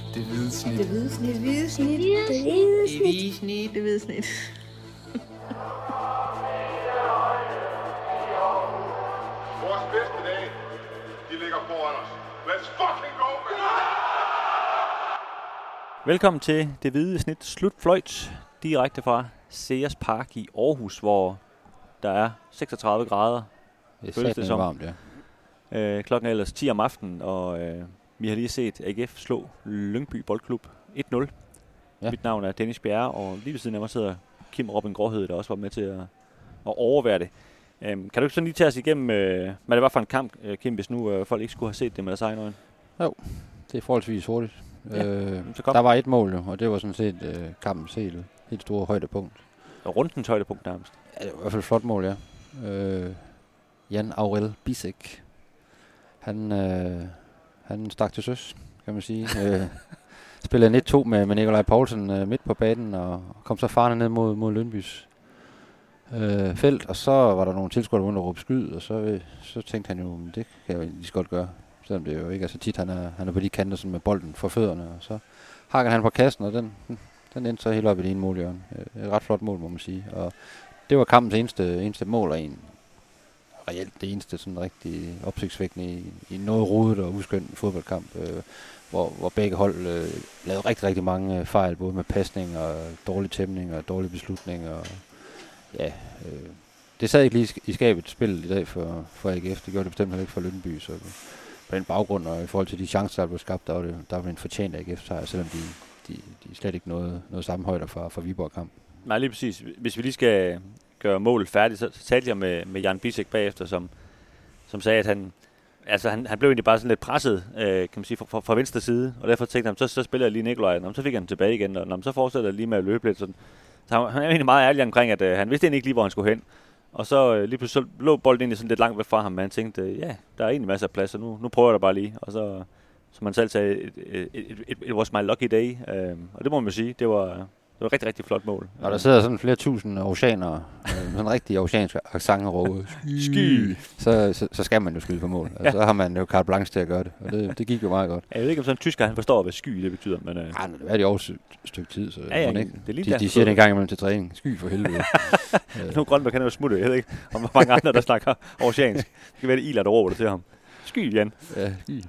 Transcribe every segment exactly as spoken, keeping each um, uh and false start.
Det hvide snit. Det hvide snit. Det hvide snit. Det hvide snit. Det hvide snit. Det hvide snit. Vores bedste dage, de ligger foran os. Let's fucking go, man! Velkommen til Det Hvide Snit Slutfløjt, direkte fra Sears Park i Aarhus, hvor der er seksogtredive grader. Det er satme varmt, ja. Øh, klokken er ellers ti om aftenen, og øh, vi har lige set A G F slå Lyngby Boldklub et nul. Ja. Mit navn er Dennis Bjerre, og lige ved siden af mig sidder Kim Robin Gråhed, der også var med til at, at overvære det. Øhm, kan du ikke sådan lige tage os igennem, øh, hvad det var for en kamp, øh, Kim, hvis nu øh, folk ikke skulle have set det med deres egen øjne? Jo, det er forholdsvis hurtigt. Ja, øh, der var et mål jo, og det var sådan set øh, kampens helt, helt store højdepunkt. Og rundens højdepunkt nærmest. Ja, det var i hvert fald et flot mål, ja. Øh, Jan Aurel Bisek, han, øh, han stak til søs, kan man sige. øh, spillede et to med, med Nikolaj Poulsen øh, midt på banen, og kom så farne ned mod, mod Lyngby's øh, felt, og så var der nogle tilskuere, der begyndte at råbe skyd, og så, øh, så tænkte han jo, det kan jeg jo lige så godt gøre, selvom det jo ikke er så tit, han er, han er på de kanter sådan med bolden for fødderne, og så hakker han på kassen, og den, den endte så helt op i det ene målhjørne. Et ret flot mål, må man sige, og det var kampens eneste, eneste mål, og en reelt det eneste sådan rigtig opsigtsvækkende i, i noget rodet og uskønt fodboldkamp, øh, hvor, hvor begge hold øh, lavede rigtig, rigtig mange fejl, både med pasning og dårlig tæmning og dårlige beslutninger. Og, ja, øh, det sad ikke lige i skabet spillet i dag for, for A G F. Det gjorde det bestemt heller ikke for Lyngby. Så på den baggrund og i forhold til de chancer, der blev skabt, der var det, der var en fortjent A G F-sejr, selvom de, de, de slet ikke nåede noget sammenhøjder fra, fra Viborg-kamp. Nej, lige præcis. Hvis vi lige skal gøre målet færdigt, så, så talte jeg med, med Jan Bisek bagefter, som, som sagde, at han, altså han, han blev egentlig bare sådan lidt presset, øh, kan man sige, fra, fra, fra venstre side, og derfor tænkte han, så, så spiller jeg lige Nikolaj, og så fik han tilbage igen, og når, så fortsætter jeg lige med at løbe lidt. Sådan. Så han, han er egentlig meget ærlig omkring, at øh, han vidste egentlig ikke lige, hvor han skulle hen. Og så øh, lige pludselig så lå bolden egentlig sådan lidt langt væk fra ham, men han tænkte, øh, ja, der er egentlig masser af plads, og nu, nu prøver jeg det bare lige. Og så, som han selv sagde, it, it, it, it, it was my lucky day, øh, og det må man sige, det var... Det var et rigtig, rigtig flot mål. Og der sidder sådan flere tusind oceanere, øh, sådan en rigtig oceansk accent og råbe, sky, så, så, så skal man jo skyde på mål. Og ja. Så har man jo carte blanche til at gøre det, og det, det gik jo meget godt. Jeg ved ikke, om sådan en tysker, han forstår, hvad sky det betyder, men... Øh... Ej, det er det også et stykke tid, så ja, ja, ikke. Det de, de siger det en gang imellem til træning. Sky for helvede. Nu Grønberg kan jo smutte, jeg ved ikke, om der er mange andre, der snakker oceansk. Det kan være, det Iler, der råber det til ham. Sky, Jan. Ja, sky.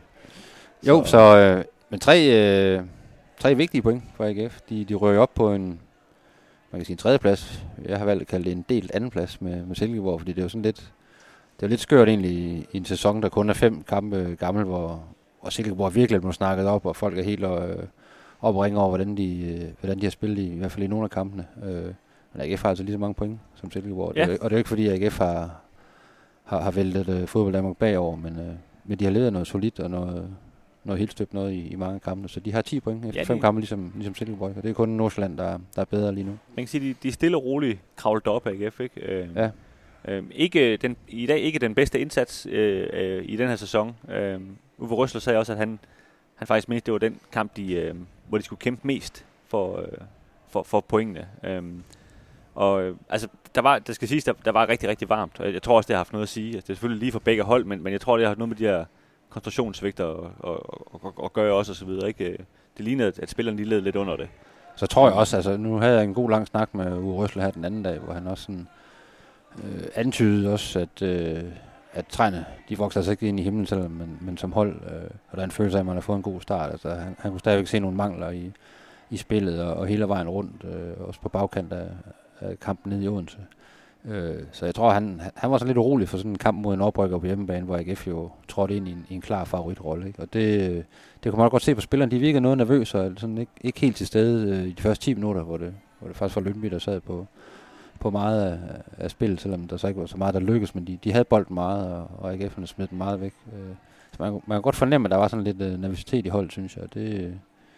Jo, så... så øh, men tre, øh, tre vigtige point for A G F. De, de rører op på en... Man kan sige en tredje plads. Jeg har valgt at kalde det en delt anden plads med, med Silkeborg, fordi det er jo sådan lidt, det er lidt skørt egentlig i, i en sæson, der kun er fem kampe gammel, hvor, hvor Silkeborg virkelig må snakket op, og folk er helt øh, op og ringer over, hvordan de, øh, hvordan de har spillet i, i hvert fald i nogle af kampene. Øh, men A G F har altså lige så mange point som Silkeborg, ja. Og det er jo ikke fordi, at A G F har, har, har væltet øh, fodbold Danmark bagover, men, øh, men de har ledet noget solidt og noget... noget helt støbt noget i, i mange kampe, så de har ti point efter ja, fem kampe, ligesom, ligesom Silkeborg, og det er kun Nordsjælland, der, der er bedre lige nu. Man kan sige, de, de er stille og roligt kravlet op af A G F, ikke? Øh, ja. øh, ikke den, i dag ikke den bedste indsats øh, øh, i den her sæson. Øh, Uwe Røsler sagde også, at han, han faktisk mente, det var den kamp, de, øh, hvor de skulle kæmpe mest for, øh, for, for pointene. Øh, og øh, altså, der var, der skal siges, der, der var rigtig, rigtig varmt, og jeg tror også, det har haft noget at sige. Altså, det er selvfølgelig lige for begge hold, men, men jeg tror, det har noget med de her koncentrationsvigter og, og, og, og gør også og så videre, ikke? Det lignede, at spillerne lige led lidt under det. Så tror jeg også, altså nu havde jeg en god lang snak med Uwe Røsler her den anden dag, hvor han også sådan øh, antydede også, at, øh, at træerne, de vokser altså ikke ind i himlen selv, men, men som hold, øh, og der er en følelse af, at man har fået en god start. Altså han, han kunne stadigvæk se nogle mangler i, i spillet og, og hele vejen rundt, øh, også på bagkant af, af kampen nede i Odense. Øh, så jeg tror, han, han var så lidt urolig for sådan en kamp mod en oprykker på hjemmebane, hvor A G F jo trådte ind i en, i en klar favoritrolle. Ikke? Og det, det kunne man godt se på spillerne. De virkede noget nervøse og sådan ikke, ikke helt til stede øh, i de første ti minutter, hvor det, hvor det faktisk var Lyngby, der sad på, på meget af, af spillet, selvom der så ikke var så meget, der lykkedes, men de, de havde bolden meget, og, og A G F'erne smed den meget væk. Øh, så man, man kan godt fornemme, at der var sådan lidt øh, nervøsitet i holdet, synes jeg. Det,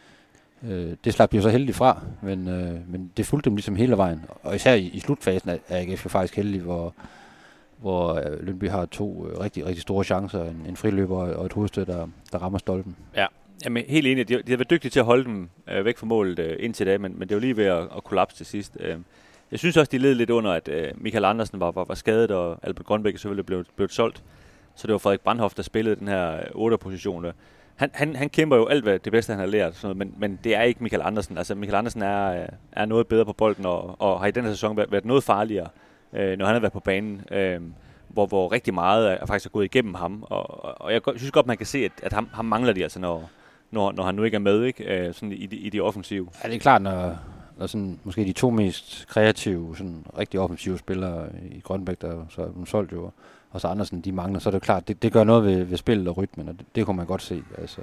øh, det slap de jo så heldigt fra, men, øh, men det fulgte dem ligesom hele vejen. Og især i, i slutfasen er A G F jo faktisk heldig, hvor, hvor øh, Lyngby har to øh, rigtig, rigtig store chancer, en, en friløber og et hovedstød, der, der rammer stolpen. Ja. Jamen, helt enig. De, de har været dygtige til at holde dem øh, væk fra målet øh, indtil da, men, men det var lige ved at, at kollapse til sidst. Øh, jeg synes også, de led lidt under, at øh, Michael Andersen var, var, var skadet, og Albert Grønbæk selvfølgelig blev, blev solgt. Så det var Frederik Brandhoff, der spillede den her otter-position. han, han, han kæmper jo alt, hvad det bedste, han har lært, sådan noget, men, men det er ikke Michael Andersen. Altså, Michael Andersen er, er noget bedre på bolden, og, og har i den her sæson været, været noget farligere, øh, når han har været på banen, øh, hvor, hvor rigtig meget er faktisk er gået igennem ham. Og, og jeg synes godt, man kan se, at, at ham, ham mangler de altså, når, når, når han nu ikke er med, ikke? Øh, sådan i, de, i de offensive. Ja, det er klart, når, når sådan, måske de to mest kreative, sådan rigtig offensive spillere i Grønbæk, der så er solgt jo, og så Andersen, de mangler, så er det klart, det, det gør noget ved, ved spillet og rytmen, og det, det kunne man godt se. Altså,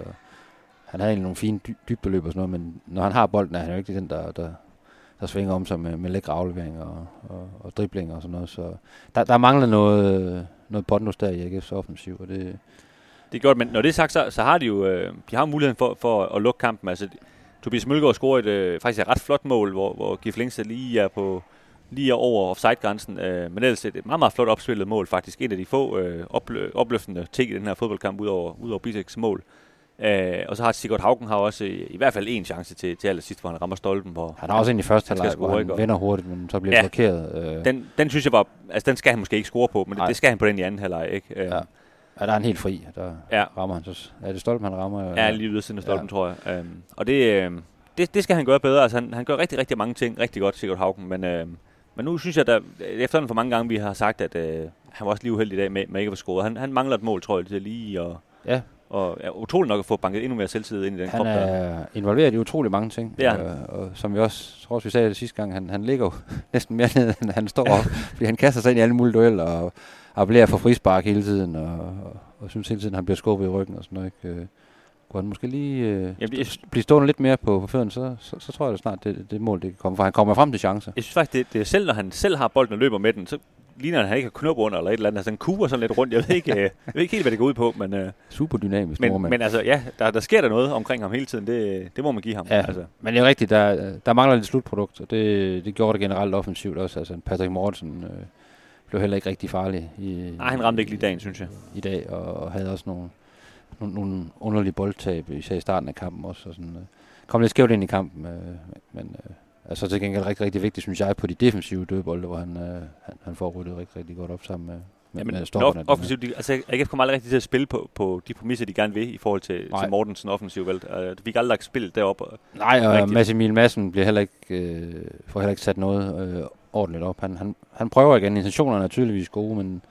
han havde egentlig nogle fine dy- dybdeløb og sådan noget, men når han har bolden, er han jo ikke den, der, der, der svinger om sig med, med lækre afleveringer og, og, og driblinger og sådan noget. Så der, der mangler noget, noget pondus der i A G F's offensiv, og det... Det er godt, men når det er sagt, så, så har de jo øh, de har muligheden for, for at lukke kampen. Altså, Tobias Mølgaard scorer et øh, faktisk et ret flot mål, hvor, hvor Gif Lingstedt lige er på lige over offside-grænsen, øh, men ellers et meget, meget flot opspillet mål, faktisk et af de få øh, oplø- opløftende ting i den her fodboldkamp, udover, udover Biseks mål. Øh, og så har Sigurd Haugen har også i, i hvert fald en chance til, til allersidst, hvor han rammer stolpen. Hvor han har også en i første halvleg, hvor han vender hurtigt, men så bliver ja, blokeret. Øh. Den, den synes jeg var, altså den skal han måske ikke score på, men det, det skal han på den i anden halvleg, ikke? Øh. Ja. Ja, der er en helt fri, der ja. rammer han så. Er det stolpen, han rammer? Ja, lige ude siden af stolpen, ja. tror jeg. Øhm, og det, øh, det, det skal han gøre bedre. Altså, han, han gør rigtig, rigtig mange ting rigtig godt, Sigurd Haugen. Men, øh, men nu synes jeg, at efterhånden for mange gange, vi har sagt, at øh, han var også lige uheldig i dag med, med ikke at få scoret. Han, han mangler et mål, tror jeg, til lige og, ja. og er utrolig nok at få banket endnu mere selvtillid ind i den han krop. Han er der. Involveret i utrolig mange ting. Ja. Og, og som vi også, tror også, vi sagde det sidste gang, han, han ligger jo næsten mere ned, end han står op. Fordi han kaster sig ind i alle mulige dueller og appellerer for frispark hele tiden, og, og, og synes hele tiden, han bliver skubbet i ryggen og sådan noget. Ikke? Kunne han måske lige øh, Jamen, jeg, blive stående lidt mere på, på fødderne, så, så, så tror jeg det snart, det, det mål det kan komme, for han kommer frem til chancer. Jeg synes faktisk, det, det er selv, når han selv har bolden og løber med den, så ligner han ikke har knop under eller et eller andet. Altså han kuger sådan lidt rundt. Jeg ved ikke, jeg ved ikke helt, hvad det går ud på, men øh, super dynamisk. Men, men altså, ja, der, der sker der noget omkring ham hele tiden. Det, det må man give ham. Ja, altså. Men det er rigtigt, der, der mangler lidt slutprodukt, og det, det gjorde det generelt offensivt også. Altså Patrick Mortensen øh, blev heller ikke rigtig farlig. I, Nej, han ramte ikke lige dagen, synes jeg. I dag, og, og havde også nogle, nogle, nogle underlige boldtab, især i starten af kampen også. Og sådan, øh, kom lidt skævt ind i kampen, øh, men øh, altså til gengæld rigtig, rigtig vigtigt, synes jeg, på de defensive dødbolde, hvor han, øh, han, han får ryddet rigtig, rigtig godt op sammen med, med, ja, men med stopperne. Offensivt, de, altså A G F kommer aldrig rigtig til at spille på, på de præmisser, de gerne vil i forhold til, til Mortensen offensivt. Vel? Uh, de fik aldrig spillet deroppe. Nej, og Mads Emil Madsen bliver heller ikke, øh, får heller ikke sat noget øh, ordentligt op. Han, han, han prøver igen. Intentionerne er tydeligvis gode, men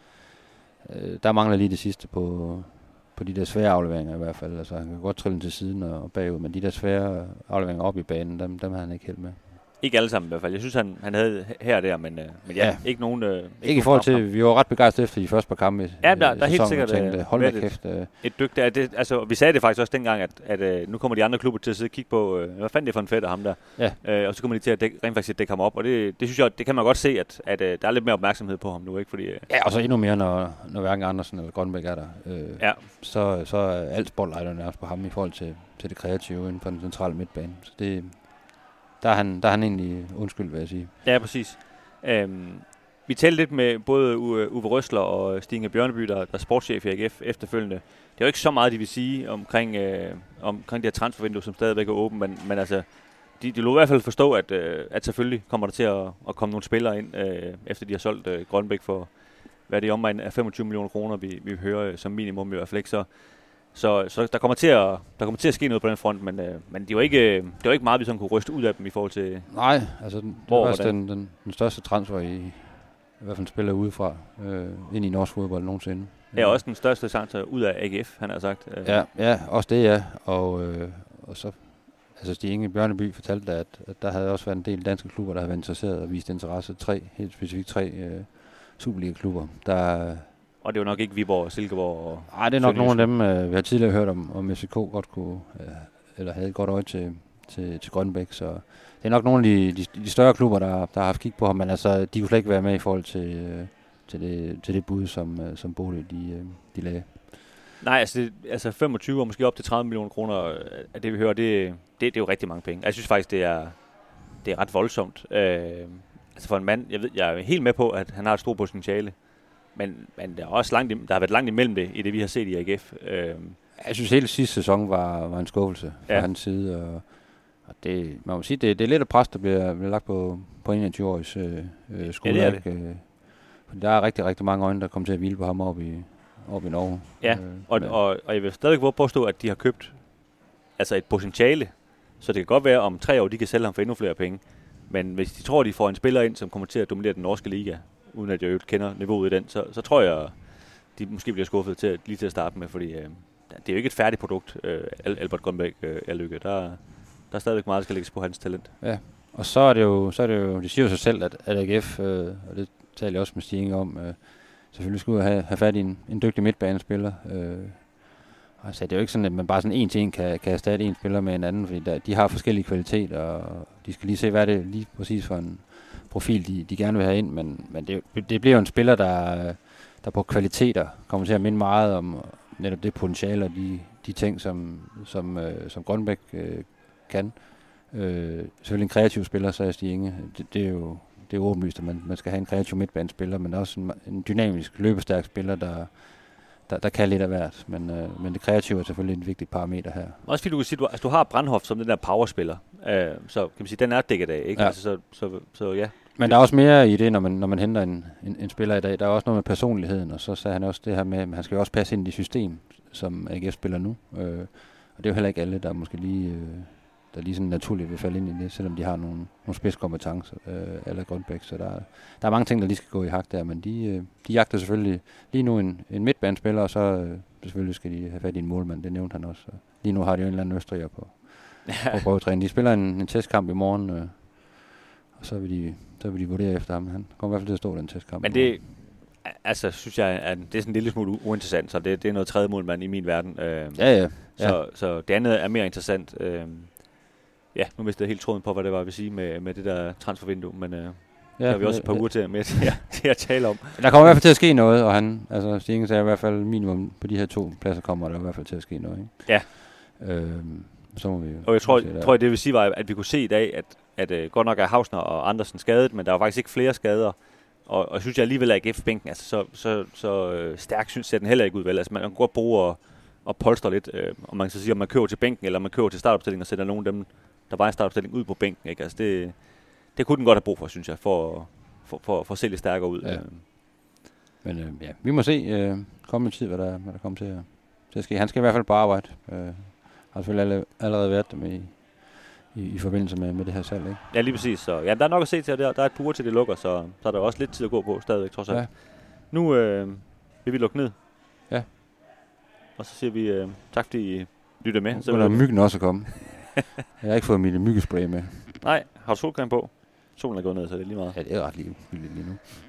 øh, der mangler lige det sidste på, på de der svære afleveringer i hvert fald. Altså, han kan godt trille til siden og bagud, men de der svære afleveringer op i banen, dem, dem har han ikke held med. Ikke alle sammen i hvert fald. Jeg synes, han, han havde her og der, men, øh, men ja, ja, ikke nogen... Øh, ikke, ikke i forhold til, vi var ret begejstrede efter de første par kampe. Ja, der, der er helt sikkert tænkte, hold da kæft. Et, et dygtigt... Det, det, altså, vi sagde det faktisk også dengang, at, at øh, nu kommer de andre klubber til at sidde og kigge på, øh, hvad fanden det er for en fætter ham der. Ja. Øh, og så kommer de til at dæk, rent faktisk dække ham op, og det, det synes jeg, det kan man godt se, at, at øh, der er lidt mere opmærksomhed på ham nu, ikke? Fordi, øh, ja, og så endnu mere, når, når hverken Andersen eller Grønbæk er der. Øh, ja. Så, så er alt spotlighter nærmest på ham i forhold til, til det kreative inden for den centrale midtbane. Så det... Der er, han, der er han egentlig undskyld, vil jeg sige. Ja, præcis. Øhm, vi talte lidt med både Uwe Røsler og Stine Bjørneby, der, der er sportschef i A G F efterfølgende. Det er jo ikke så meget, de vil sige omkring, øh, omkring det her transfervindue, som stadigvæk er åben, men, men altså, de, de lå i hvert fald forstå, at, øh, at selvfølgelig kommer der til at, at komme nogle spillere ind, øh, efter de har solgt øh, Grønbæk for, hvad det er omegn af femogtyve millioner kroner, vi, vi hører som minimum i hvert fald ikke. Så Så, så der kommer til at der kommer til at ske noget på den front, men øh, men det var ikke det var ikke meget vi sådan kunne ryste ud af dem i forhold til. Nej, altså den, hvor, det var den, den den største transfer i i hvert fald spiller udefra øh, ind i norsk fodbold nogensinde. Ja, også den største transfer ud af A G F, han har sagt. Øh. Ja, ja, også det ja, og øh, og så altså Stig Inge Bjørneby fortalte at, at der havde også været en del danske klubber der havde været interesseret og vist interesse, tre helt specifikt tre øh, Superliga-klubber, der. Og det er jo nok ikke Viborg og Silkeborg. Nej, det er nok nogle af dem, øh, vi har tidligere hørt om, om F C K godt kunne, øh, eller havde et godt øje til, til, til Grønbæk. Så det er nok nogle af de, de, de større klubber, der, der har haft kig på ham, men altså, de kunne slet ikke være med i forhold til, øh, til, det, til det bud, som, øh, som Bodø de, øh, de lagde. Nej, altså, det, altså femogtyve og måske op til tredive millioner kroner af det, vi hører, det, det, det er jo rigtig mange penge. Jeg synes faktisk, det er, det er ret voldsomt. Øh, altså for en mand, jeg, ved, jeg er helt med på, at han har et stort potentiale. Men, men der, er også langt, der har været langt imellem det, i det vi har set i A G F. Øhm. Jeg synes hele sidste sæson var, var en skuffelse fra ja. hans side. Og, og det, man må sige, det, det er lidt af pres, der bliver, bliver lagt på, på enogtyve-årigs øh, skole. Ja, det er det. Øh, der er rigtig, rigtig mange øjne, der kommer til at hvile på ham oppe i, oppe i Norge. Ja, øh, og, og, og jeg vil stadig våge påstå, at de har købt altså et potentiale, så det kan godt være, om tre år, de kan sælge ham for endnu flere penge. Men hvis de tror, de får en spiller ind, som kommer til at dominere den norske liga, uden at jeg jo kender niveauet i den, så, så tror jeg, de måske bliver skuffet til, lige til at starte med, fordi øh, det er jo ikke et færdigt produkt, øh, Albert Grønbæk øh, er Lykke. Der, der er stadigvæk meget, der skal lægges på hans talent. Ja, og så er det jo, så er det jo, det siger jo sig selv, at, at A G F, øh, og det taler jeg også med Stig Inge om, øh, selvfølgelig skulle have, have fat i en, en dygtig midtbanespiller. Øh, altså, det er jo ikke sådan, at man bare sådan en til en kan, kan erstatte en spiller med en anden, fordi der, de har forskellige kvaliteter, og de skal lige se, hvad det er lige præcis for en profil, de, de gerne vil have ind, men, men det, det bliver jo en spiller, der, der på kvaliteter kommer til at minde meget om netop det potentiale og de, de ting, som, som, øh, som Grønbæk øh, kan. Øh, selvfølgelig en kreativ spiller, sagde Stig Inge. Det, det er jo det er åbenlyst, at man, man skal have en kreativ midtbanespiller, men også en, en dynamisk, løbestærk spiller, der, der, der kan lidt af hvert. Men, øh, men det kreative er selvfølgelig en vigtig parameter her. Også fordi du kan sige, at du, altså, du har Brandhoff som den der powerspiller, øh, så kan man sige, den er dækket af, ikke? Ja. Altså, så, så, så ja. Men der er også mere i det, når man, når man henter en, en, en spiller i dag. Der er også noget med personligheden, og så sagde han også det her med, at han skal jo også passe ind i det system, som A G F spiller nu. Øh, og det er jo heller ikke alle, der måske lige... Øh, der lige sådan naturligt vil falde ind i det, selvom de har nogle, nogle spidskompetencer, øh, eller Grønbæk. Så der, der er mange ting, der lige skal gå i hak der, men de, øh, de jagter selvfølgelig lige nu en, en midtbanespiller, og så øh, selvfølgelig skal de have fat i en målmand, det nævnte han også. Og lige nu har de jo en eller anden østriger på, på prøvetræning. De spiller en, en testkamp i morgen, øh, og så vil, de, så vil de vurdere efter ham. Han kommer i hvert fald til at stå den testkamp. Men det, altså, synes jeg, at det er sådan en lille smule uinteressant, så det, det er noget tredje målmand i min verden. Øh, ja, ja. Så, ja. så det andet er mere interessant. Øh, Ja, nu mistede jeg helt tråden på, hvad det var, jeg vil sige med, med det der transfervindue, men øh, ja, der har vi også et par uger til, med, til, at, til at tale om. Der kommer i hvert fald til at ske noget, og han, altså Stig Inge sagde i hvert fald minimum på de her to pladser kommer der i hvert fald til at ske noget, ikke? Ja. Øhm, så må vi og jeg tror, jeg tror, det vil sige var, at vi kunne se i dag, at, at uh, godt nok er Hausner og Andersen skadet, men der var faktisk ikke flere skader, og, og jeg synes jeg alligevel, at A G F-bænken, altså så, så, så øh, stærk synes jeg den heller ikke ud, vel? Altså man kan godt bruge og, og polstre lidt, øh, og man kan så sige, om man kører til bænken, eller man kører til startopstillingen og sætter nogen af dem, der var en startopstilling ud på bænken, ikke? Altså det, det kunne den godt have brug for, synes jeg, for, for, for, for at se lidt stærkere ud. Ja. Men øh, ja, vi må se øh, kommende tid, hvad der, hvad der kommer til at, til at ske. Han skal i hvert fald på arbejde. Øh, har selvfølgelig alle, allerede været dem i, i, i forbindelse med, med det her salg, ikke? Ja, lige præcis. Så, ja, der er nok at se til, der, der er et par uger til det lukker, så, så er der også lidt tid at gå på stadigvæk, trods alt. Ja. Nu øh, vil vi lukke ned. Ja. Og så siger vi øh, tak, fordi I lytter med. Så vil der myggen også komme. Jeg har ikke fået mit myggespray med. Nej, har du solcreme på? Solen er gået ned, så det er lige meget. Ja, det er ret lige, lige nu.